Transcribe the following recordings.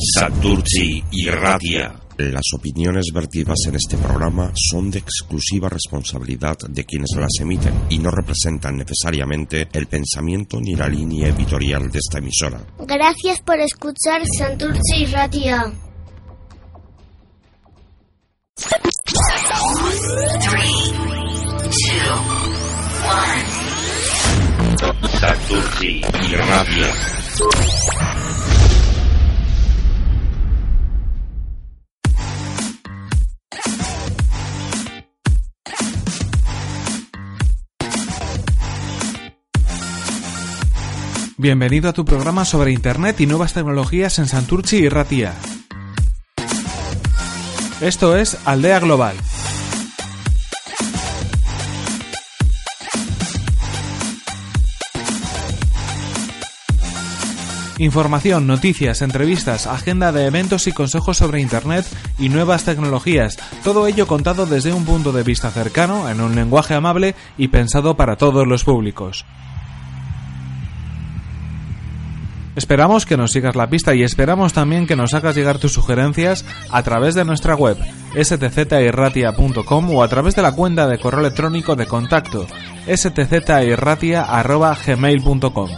Santurchi y Ratia. Las opiniones vertidas en este programa son de exclusiva responsabilidad de quienes las emiten y no representan necesariamente el pensamiento ni la línea editorial de esta emisora. Gracias por escuchar Santurchi y Ratia. 3, 2, 1. Santurchi y Ratia. Bienvenido a tu programa sobre Internet y nuevas tecnologías en Santurchi y Ratia. Esto es Aldea Global. Información, noticias, entrevistas, agenda de eventos y consejos sobre Internet y nuevas tecnologías. Todo ello contado desde un punto de vista cercano, en un lenguaje amable y pensado para todos los públicos. Esperamos que nos sigas la pista y esperamos también que nos hagas llegar tus sugerencias a través de nuestra web stzirratia.com o a través de la cuenta de correo electrónico de contacto stzirratia@gmail.com.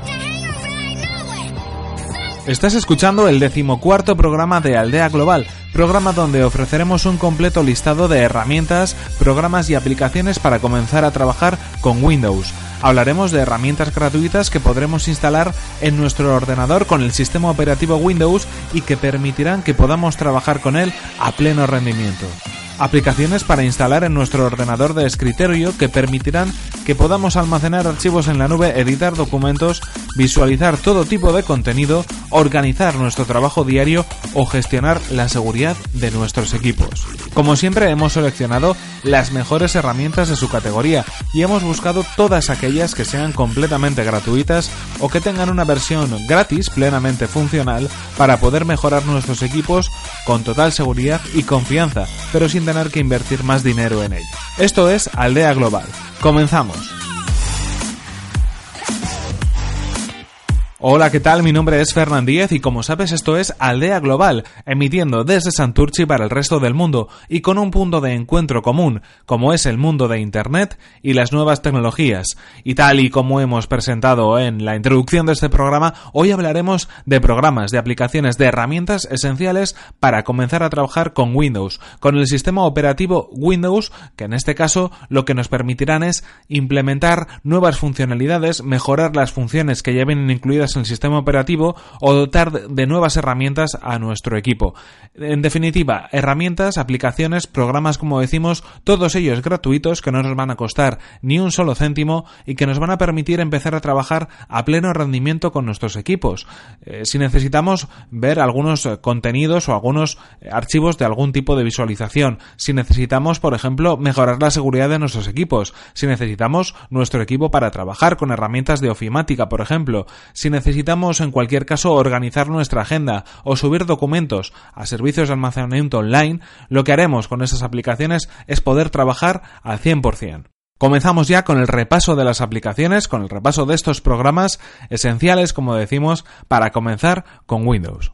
Estás escuchando el 14º programa de Aldea Global, programa donde ofreceremos un completo listado de herramientas, programas y aplicaciones para comenzar a trabajar con Windows. Hablaremos de herramientas gratuitas que podremos instalar en nuestro ordenador con el sistema operativo Windows y que permitirán que podamos trabajar con él a pleno rendimiento. Aplicaciones para instalar en nuestro ordenador de escritorio que permitirán que podamos almacenar archivos en la nube, editar documentos, visualizar todo tipo de contenido, organizar nuestro trabajo diario o gestionar la seguridad de nuestros equipos. Como siempre, hemos seleccionado las mejores herramientas de su categoría y hemos buscado todas aquellas que sean completamente gratuitas o que tengan una versión gratis plenamente funcional para poder mejorar nuestros equipos con total seguridad y confianza, pero sin tener que invertir más dinero en ello. Esto es Aldea Global. Comenzamos. Hola, ¿qué tal? Mi nombre es Fernán Díez y como sabes esto es Aldea Global, emitiendo desde Santurchi para el resto del mundo y con un punto de encuentro común, como es el mundo de Internet y las nuevas tecnologías. Y tal y como hemos presentado en la introducción de este programa, hoy hablaremos de programas, de aplicaciones, de herramientas esenciales para comenzar a trabajar con Windows, con el sistema operativo Windows, que en este caso lo que nos permitirán es implementar nuevas funcionalidades, mejorar las funciones que ya vienen incluidas en el sistema operativo o dotar de nuevas herramientas a nuestro equipo. En definitiva, herramientas, aplicaciones, programas, como decimos, todos ellos gratuitos que no nos van a costar ni un solo céntimo y que nos van a permitir empezar a trabajar a pleno rendimiento con nuestros equipos. Si necesitamos ver algunos contenidos o algunos archivos de algún tipo de visualización, si necesitamos, por ejemplo, mejorar la seguridad de nuestros equipos, si necesitamos nuestro equipo para trabajar con herramientas de ofimática, por ejemplo, si necesitamos en cualquier caso organizar nuestra agenda o subir documentos a servicios de almacenamiento online, lo que haremos con esas aplicaciones es poder trabajar al 100%. Comenzamos ya con el repaso de las aplicaciones, con el repaso de estos programas esenciales, como decimos, para comenzar con Windows.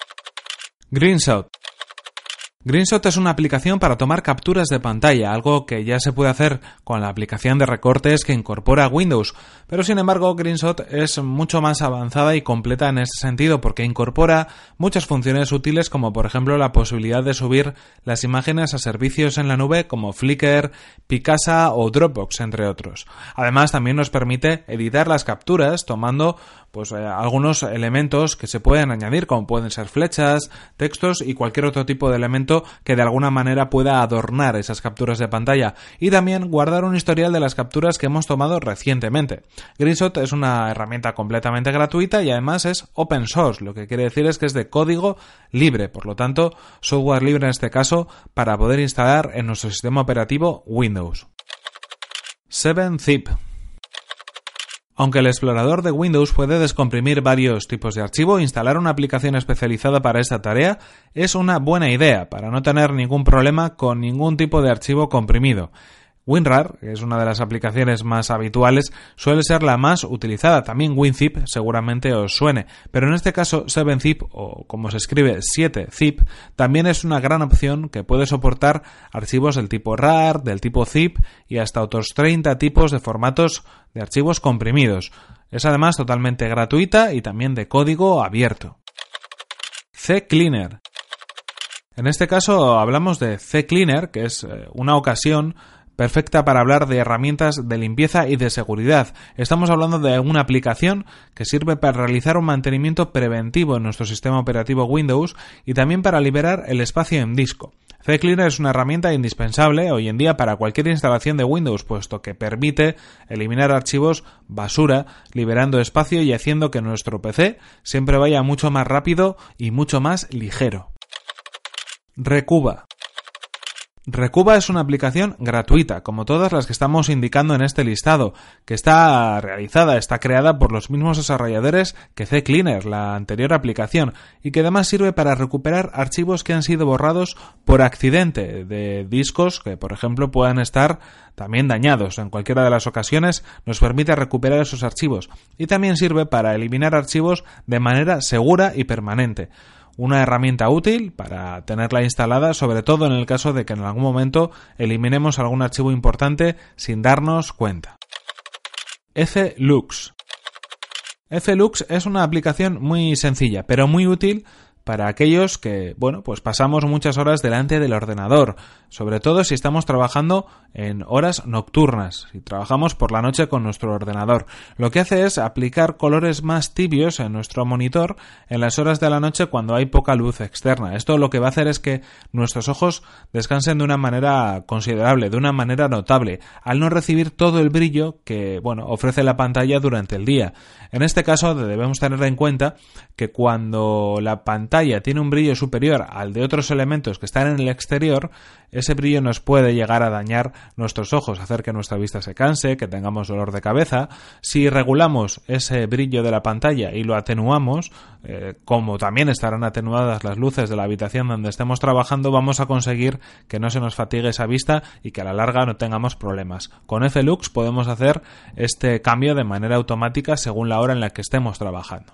Greenshot. Greenshot es una aplicación para tomar capturas de pantalla, algo que ya se puede hacer con la aplicación de recortes que incorpora Windows, pero sin embargo Greenshot es mucho más avanzada y completa en ese sentido porque incorpora muchas funciones útiles como por ejemplo la posibilidad de subir las imágenes a servicios en la nube como Flickr, Picasa o Dropbox, entre otros. Además también nos permite editar las capturas tomando algunos elementos que se pueden añadir, como pueden ser flechas, textos y cualquier otro tipo de elemento que de alguna manera pueda adornar esas capturas de pantalla, y también guardar un historial de las capturas que hemos tomado recientemente. Greenshot es una herramienta completamente gratuita y además es open source, lo que quiere decir es que es de código libre, por lo tanto, software libre en este caso para poder instalar en nuestro sistema operativo Windows. 7zip. Aunque el explorador de Windows puede descomprimir varios tipos de archivo, instalar una aplicación especializada para esta tarea es una buena idea para no tener ningún problema con ningún tipo de archivo comprimido. WinRAR, que es una de las aplicaciones más habituales, suele ser la más utilizada. También WinZip seguramente os suene, pero en este caso 7zip, o como se escribe 7zip, también es una gran opción que puede soportar archivos del tipo RAR, del tipo zip y hasta otros 30 tipos de formatos de archivos comprimidos. Es además totalmente gratuita y también de código abierto. CCleaner. En este caso hablamos de CCleaner, que es una ocasión perfecta para hablar de herramientas de limpieza y de seguridad. Estamos hablando de una aplicación que sirve para realizar un mantenimiento preventivo en nuestro sistema operativo Windows y también para liberar el espacio en disco. CCleaner es una herramienta indispensable hoy en día para cualquier instalación de Windows, puesto que permite eliminar archivos basura, liberando espacio y haciendo que nuestro PC siempre vaya mucho más rápido y mucho más ligero. Recuba. Recuba es una aplicación gratuita, como todas las que estamos indicando en este listado, que está creada por los mismos desarrolladores que CCleaner, la anterior aplicación, y que además sirve para recuperar archivos que han sido borrados por accidente de discos que, por ejemplo, puedan estar también dañados. En cualquiera de las ocasiones nos permite recuperar esos archivos, y también sirve para eliminar archivos de manera segura y permanente. Una herramienta útil para tenerla instalada, sobre todo en el caso de que en algún momento eliminemos algún archivo importante sin darnos cuenta. Flux. Flux es una aplicación muy sencilla, pero muy útil para aquellos que, pues pasamos muchas horas delante del ordenador, sobre todo si estamos trabajando en horas nocturnas, si trabajamos por la noche con nuestro ordenador. Lo que hace es aplicar colores más tibios en nuestro monitor en las horas de la noche cuando hay poca luz externa. Esto lo que va a hacer es que nuestros ojos descansen de una manera considerable, de una manera notable, al no recibir todo el brillo que, ofrece la pantalla durante el día. En este caso debemos tener en cuenta que cuando la pantalla tiene un brillo superior al de otros elementos que están en el exterior, ese brillo nos puede llegar a dañar nuestros ojos, hacer que nuestra vista se canse, que tengamos dolor de cabeza. Si regulamos ese brillo de la pantalla y lo atenuamos, como también estarán atenuadas las luces de la habitación donde estemos trabajando, vamos a conseguir que no se nos fatigue esa vista y que a la larga no tengamos problemas. Con Flux podemos hacer este cambio de manera automática según la hora en la que estemos trabajando.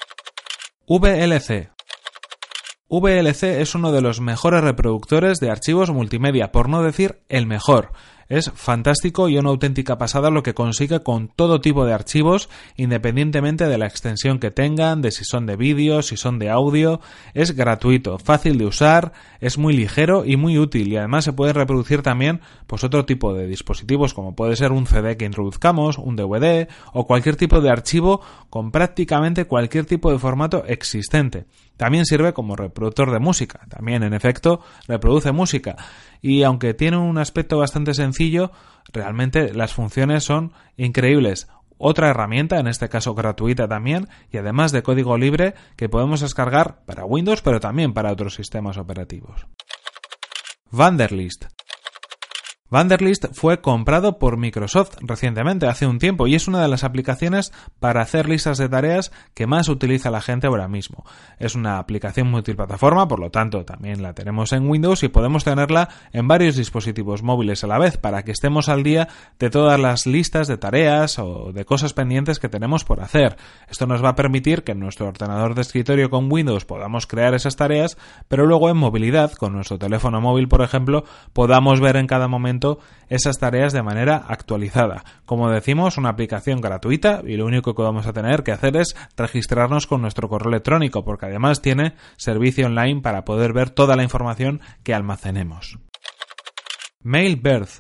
VLC. VLC es uno de los mejores reproductores de archivos multimedia, por no decir el mejor. Es fantástico y una auténtica pasada lo que consigue con todo tipo de archivos, independientemente de la extensión que tengan, de si son de vídeo, si son de audio. Es gratuito, fácil de usar, es muy ligero y muy útil, y además se puede reproducir también otro tipo de dispositivos, como puede ser un CD que introduzcamos, un DVD o cualquier tipo de archivo con prácticamente cualquier tipo de formato existente. También sirve como reproductor de música, también en efecto reproduce música, y aunque tiene un aspecto bastante sencillo, realmente las funciones son increíbles. Otra herramienta, en este caso gratuita también, y además de código libre que podemos descargar para Windows, pero también para otros sistemas operativos. Wunderlist. Wunderlist fue comprado por Microsoft recientemente, hace un tiempo, y es una de las aplicaciones para hacer listas de tareas que más utiliza la gente ahora mismo. Es una aplicación multiplataforma, por lo tanto también la tenemos en Windows y podemos tenerla en varios dispositivos móviles a la vez para que estemos al día de todas las listas de tareas o de cosas pendientes que tenemos por hacer. Esto nos va a permitir que en nuestro ordenador de escritorio con Windows podamos crear esas tareas, pero luego en movilidad, con nuestro teléfono móvil por ejemplo, podamos ver en cada momento esas tareas de manera actualizada. Como decimos, una aplicación gratuita y lo único que vamos a tener que hacer es registrarnos con nuestro correo electrónico, porque además tiene servicio online para poder ver toda la información que almacenemos. Mailbird.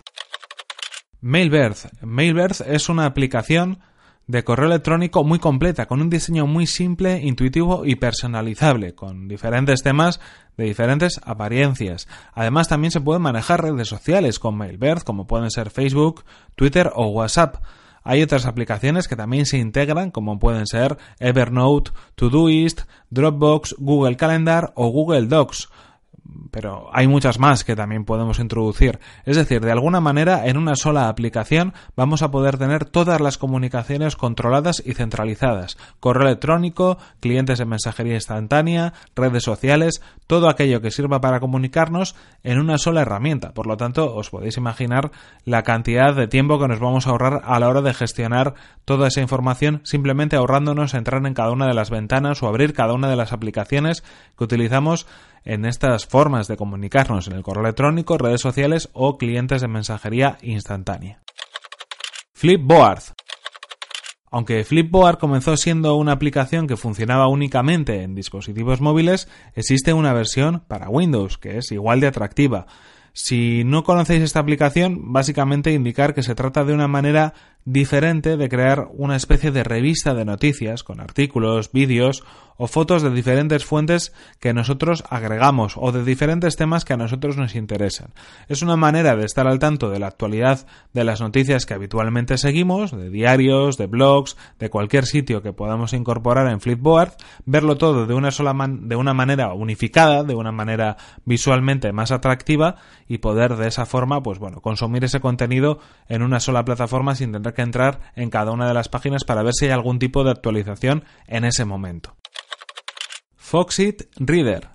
Mailbird es una aplicación de correo electrónico muy completa, con un diseño muy simple, intuitivo y personalizable, con diferentes temas de diferentes apariencias. Además, también se pueden manejar redes sociales con Mailbird, como pueden ser Facebook, Twitter o WhatsApp. Hay otras aplicaciones que también se integran, como pueden ser Evernote, Todoist, Dropbox, Google Calendar o Google Docs. pero hay muchas más que también podemos introducir. Es decir, de alguna manera, en una sola aplicación vamos a poder tener todas las comunicaciones controladas y centralizadas. Correo electrónico, clientes de mensajería instantánea, redes sociales, todo aquello que sirva para comunicarnos en una sola herramienta. Por lo tanto, os podéis imaginar la cantidad de tiempo que nos vamos a ahorrar a la hora de gestionar toda esa información, simplemente ahorrándonos entrar en cada una de las ventanas o abrir cada una de las aplicaciones que utilizamos en estas formas de comunicarnos, en el correo electrónico, redes sociales o clientes de mensajería instantánea. Flipboard. Aunque Flipboard comenzó siendo una aplicación que funcionaba únicamente en dispositivos móviles, existe una versión para Windows que es igual de atractiva. Si no conocéis esta aplicación, básicamente indicar que se trata de una manera diferente de crear una especie de revista de noticias con artículos, vídeos o fotos de diferentes fuentes que nosotros agregamos o de diferentes temas que a nosotros nos interesan. Es una manera de estar al tanto de la actualidad de las noticias que habitualmente seguimos, de diarios, de blogs, de cualquier sitio que podamos incorporar en Flipboard, verlo todo de una manera unificada, de una manera visualmente más atractiva y poder de esa forma, consumir ese contenido en una sola plataforma sin tener que entrar en cada una de las páginas para ver si hay algún tipo de actualización en ese momento. Foxit Reader.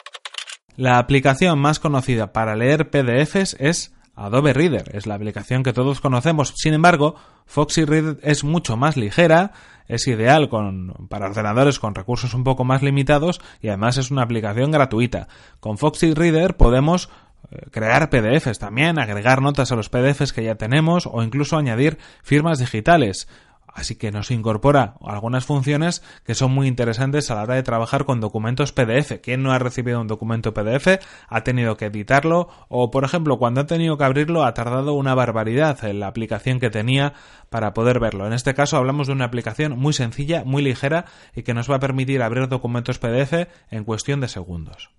La aplicación más conocida para leer PDFs es Adobe Reader, es la aplicación que todos conocemos. Sin embargo, Foxit Reader es mucho más ligera, es ideal para ordenadores con recursos un poco más limitados y además es una aplicación gratuita. Con Foxit Reader podemos crear PDFs también, agregar notas a los PDFs que ya tenemos o incluso añadir firmas digitales. Así que nos incorpora algunas funciones que son muy interesantes a la hora de trabajar con documentos PDF. ¿Quién no ha recibido un documento PDF? Ha tenido que editarlo o, por ejemplo, cuando ha tenido que abrirlo ha tardado una barbaridad en la aplicación que tenía para poder verlo. En este caso hablamos de una aplicación muy sencilla, muy ligera y que nos va a permitir abrir documentos PDF en cuestión de segundos.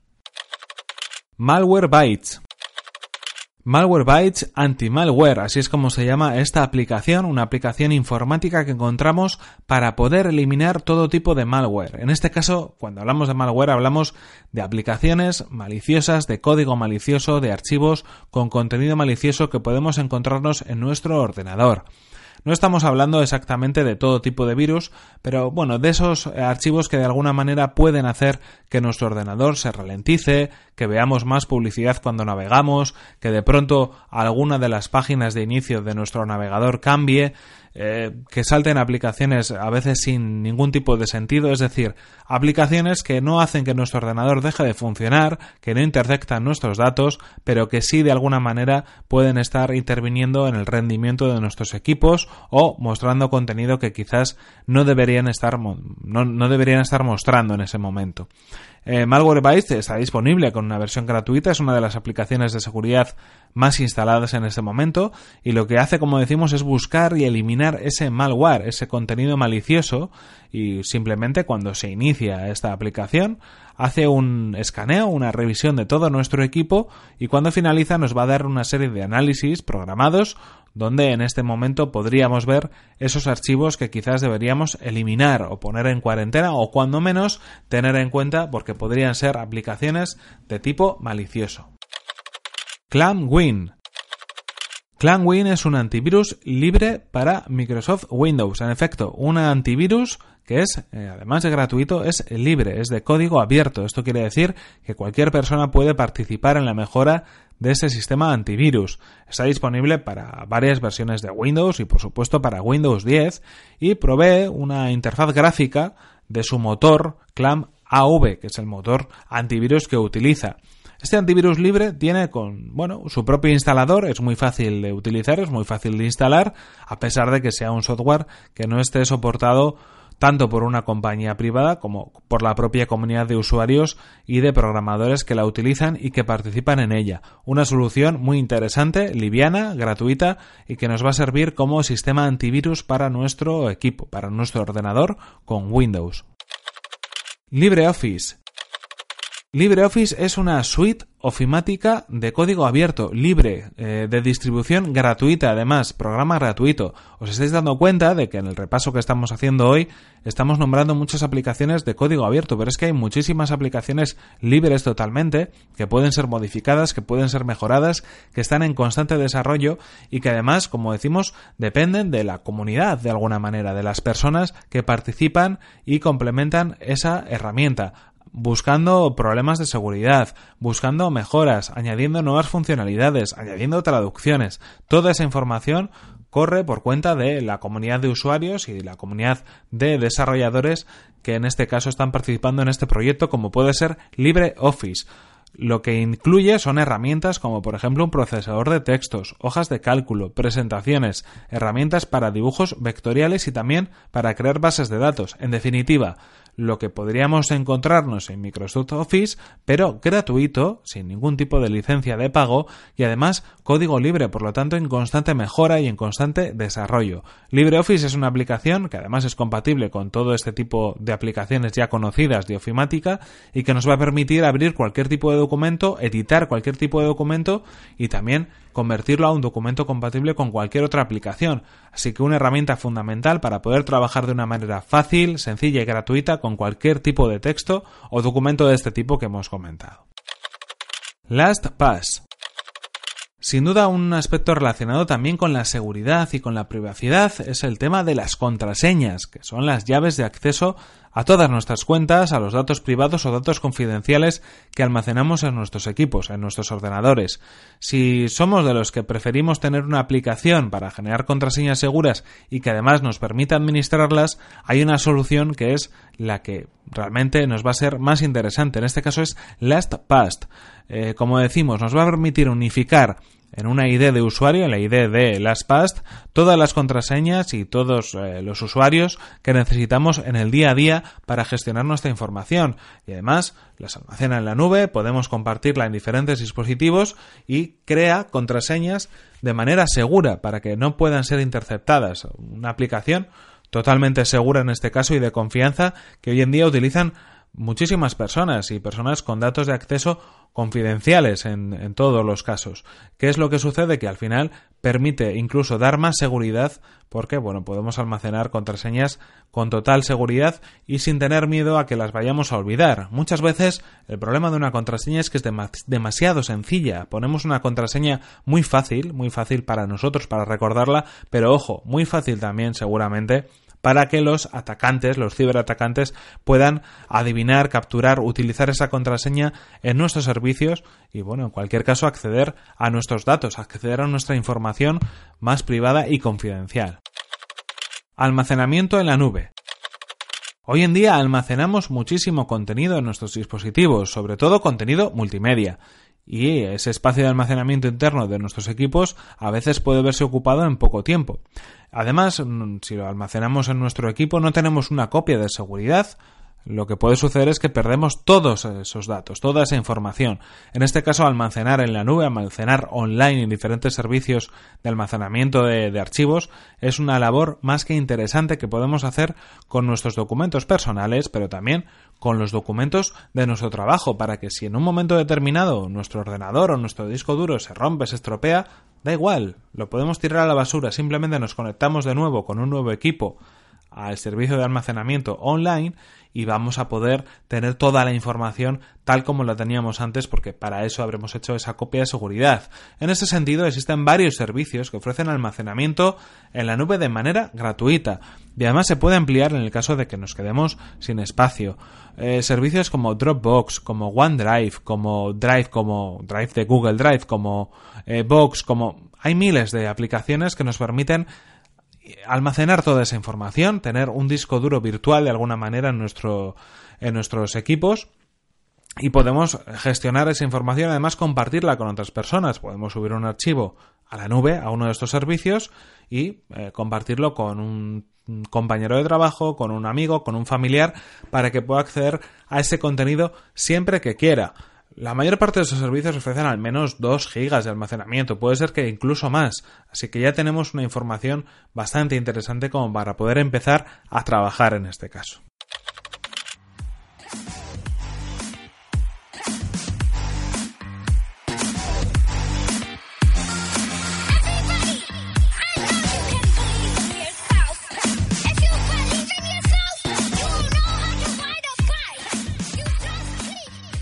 Malwarebytes. Malwarebytes Anti-Malware, así es como se llama esta aplicación, una aplicación informática que encontramos para poder eliminar todo tipo de malware. En este caso, cuando hablamos de malware, hablamos de aplicaciones maliciosas, de código malicioso, de archivos con contenido malicioso que podemos encontrarnos en nuestro ordenador. No estamos hablando exactamente de todo tipo de virus, pero de esos archivos que de alguna manera pueden hacer que nuestro ordenador se ralentice, que veamos más publicidad cuando navegamos, que de pronto alguna de las páginas de inicio de nuestro navegador cambie, que salten aplicaciones a veces sin ningún tipo de sentido, es decir, aplicaciones que no hacen que nuestro ordenador deje de funcionar, que no interceptan nuestros datos, pero que sí de alguna manera pueden estar interviniendo en el rendimiento de nuestros equipos o mostrando contenido que quizás no deberían estar mostrando en ese momento. Malwarebytes está disponible con una versión gratuita, es una de las aplicaciones de seguridad más instaladas en este momento y lo que hace, como decimos, es buscar y eliminar ese malware, ese contenido malicioso y simplemente cuando se inicia esta aplicación hace un escaneo, una revisión de todo nuestro equipo y cuando finaliza nos va a dar una serie de análisis programados donde en este momento podríamos ver esos archivos que quizás deberíamos eliminar o poner en cuarentena o cuando menos tener en cuenta porque podrían ser aplicaciones de tipo malicioso. ClamWin. ClamWin es un antivirus libre para Microsoft Windows. En efecto, un antivirus que es, además de gratuito, es libre, es de código abierto. Esto quiere decir que cualquier persona puede participar en la mejora de este sistema antivirus. Está disponible para varias versiones de Windows y, por supuesto, para Windows 10 y provee una interfaz gráfica de su motor ClamAV, que es el motor antivirus que utiliza. Este antivirus libre tiene su propio instalador, es muy fácil de utilizar, es muy fácil de instalar, a pesar de que sea un software que no esté soportado tanto por una compañía privada como por la propia comunidad de usuarios y de programadores que la utilizan y que participan en ella. Una solución muy interesante, liviana, gratuita y que nos va a servir como sistema antivirus para nuestro equipo, para nuestro ordenador con Windows. LibreOffice. LibreOffice es una suite ofimática de código abierto, libre, de distribución gratuita, además, programa gratuito. Os estáis dando cuenta de que en el repaso que estamos haciendo hoy estamos nombrando muchas aplicaciones de código abierto, pero es que hay muchísimas aplicaciones libres totalmente, que pueden ser modificadas, que pueden ser mejoradas, que están en constante desarrollo y que además, como decimos, dependen de la comunidad de alguna manera, de las personas que participan y complementan esa herramienta, buscando problemas de seguridad, buscando mejoras, añadiendo nuevas funcionalidades, añadiendo traducciones. Toda esa información corre por cuenta de la comunidad de usuarios y de la comunidad de desarrolladores que en este caso están participando en este proyecto, como puede ser LibreOffice. Lo que incluye son herramientas como por ejemplo un procesador de textos, hojas de cálculo, presentaciones, herramientas para dibujos vectoriales y también para crear bases de datos. En definitiva, lo que podríamos encontrarnos en Microsoft Office, pero gratuito, sin ningún tipo de licencia de pago y además código libre, por lo tanto en constante mejora y en constante desarrollo. LibreOffice es una aplicación que además es compatible con todo este tipo de aplicaciones ya conocidas de ofimática y que nos va a permitir abrir cualquier tipo de documento, editar cualquier tipo de documento y también convertirlo a un documento compatible con cualquier otra aplicación. Así que una herramienta fundamental para poder trabajar de una manera fácil, sencilla y gratuita con cualquier tipo de texto o documento de este tipo que hemos comentado. LastPass. Sin duda, un aspecto relacionado también con la seguridad y con la privacidad es el tema de las contraseñas, que son las llaves de acceso a todas nuestras cuentas, a los datos privados o datos confidenciales que almacenamos en nuestros equipos, en nuestros ordenadores. Si somos de los que preferimos tener una aplicación para generar contraseñas seguras y que además nos permita administrarlas, hay una solución que es la que realmente nos va a ser más interesante. En este caso es LastPass. Como decimos, nos va a permitir unificar en una ID de usuario, en la ID de LastPass, todas las contraseñas y todos los usuarios que necesitamos en el día a día para gestionar nuestra información. Y además las almacena en la nube, podemos compartirla en diferentes dispositivos y crea contraseñas de manera segura para que no puedan ser interceptadas. Una aplicación totalmente segura en este caso y de confianza que hoy en día utilizan muchísimas personas y personas con datos de acceso confidenciales en todos los casos. ¿Qué es lo que sucede? Que al final permite incluso dar más seguridad porque, podemos almacenar contraseñas con total seguridad y sin tener miedo a que las vayamos a olvidar. Muchas veces el problema de una contraseña es que es demasiado sencilla. Ponemos una contraseña muy fácil para nosotros, para recordarla, pero ojo, muy fácil también seguramente para que los atacantes, los ciberatacantes, puedan adivinar, capturar, utilizar esa contraseña en nuestros servicios y, en cualquier caso, acceder a nuestros datos, acceder a nuestra información más privada y confidencial. Almacenamiento en la nube. Hoy en día almacenamos muchísimo contenido en nuestros dispositivos, sobre todo contenido multimedia. Y ese espacio de almacenamiento interno de nuestros equipos a veces puede verse ocupado en poco tiempo. Además, si lo almacenamos en nuestro equipo no tenemos una copia de seguridad, lo que puede suceder es que perdemos todos esos datos, toda esa información. En este caso, almacenar en la nube, almacenar online en diferentes servicios de almacenamiento de archivos es una labor más que interesante que podemos hacer con nuestros documentos personales, pero también con los documentos de nuestro trabajo, para que si en un momento determinado nuestro ordenador o nuestro disco duro se rompe, se estropea, da igual, lo podemos tirar a la basura, simplemente nos conectamos de nuevo con un nuevo equipo al servicio de almacenamiento online y vamos a poder tener toda la información tal como la teníamos antes, porque para eso habremos hecho esa copia de seguridad. En ese sentido, existen varios servicios que ofrecen almacenamiento en la nube de manera gratuita y además se puede ampliar en el caso de que nos quedemos sin espacio. Servicios como Dropbox, como OneDrive, como Drive de Google Drive, como Box, hay miles de aplicaciones que nos permiten almacenar toda esa información, tener un disco duro virtual de alguna manera en nuestros equipos y podemos gestionar esa información, además compartirla con otras personas. Podemos subir un archivo a la nube, a uno de estos servicios y compartirlo con un compañero de trabajo, con un amigo, con un familiar, para que pueda acceder a ese contenido siempre que quiera. La mayor parte de esos servicios ofrecen al menos 2 gigas de almacenamiento, puede ser que incluso más, así que ya tenemos una información bastante interesante como para poder empezar a trabajar en este caso.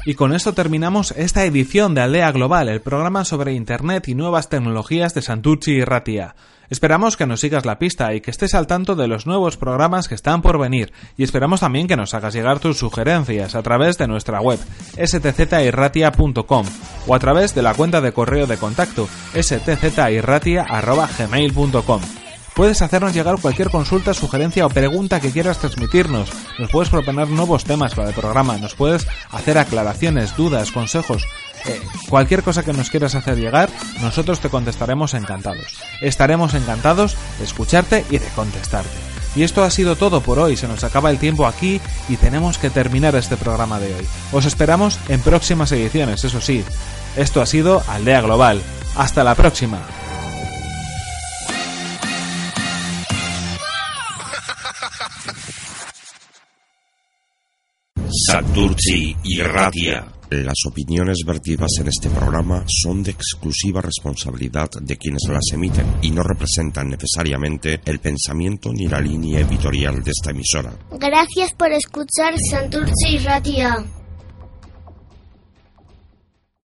Y con esto terminamos esta edición de Aldea Global, el programa sobre Internet y nuevas tecnologías de Santurtzi y Ratia. Esperamos que nos sigas la pista y que estés al tanto de los nuevos programas que están por venir, y esperamos también que nos hagas llegar tus sugerencias a través de nuestra web stzirratia.com o a través de la cuenta de correo de contacto stzirratia@gmail.com. Puedes hacernos llegar cualquier consulta, sugerencia o pregunta que quieras transmitirnos. Nos puedes proponer nuevos temas para el programa, nos puedes hacer aclaraciones, dudas, consejos, cualquier cosa que nos quieras hacer llegar, nosotros te contestaremos encantados. Estaremos encantados de escucharte y de contestarte. Y esto ha sido todo por hoy, se nos acaba el tiempo aquí y tenemos que terminar este programa de hoy. Os esperamos en próximas ediciones, eso sí. Esto ha sido Aldea Global. Hasta la próxima. Santurtzi y Ratia. Las opiniones vertidas en este programa son de exclusiva responsabilidad de quienes las emiten y no representan necesariamente el pensamiento ni la línea editorial de esta emisora. Gracias por escuchar Santurtzi Ratia.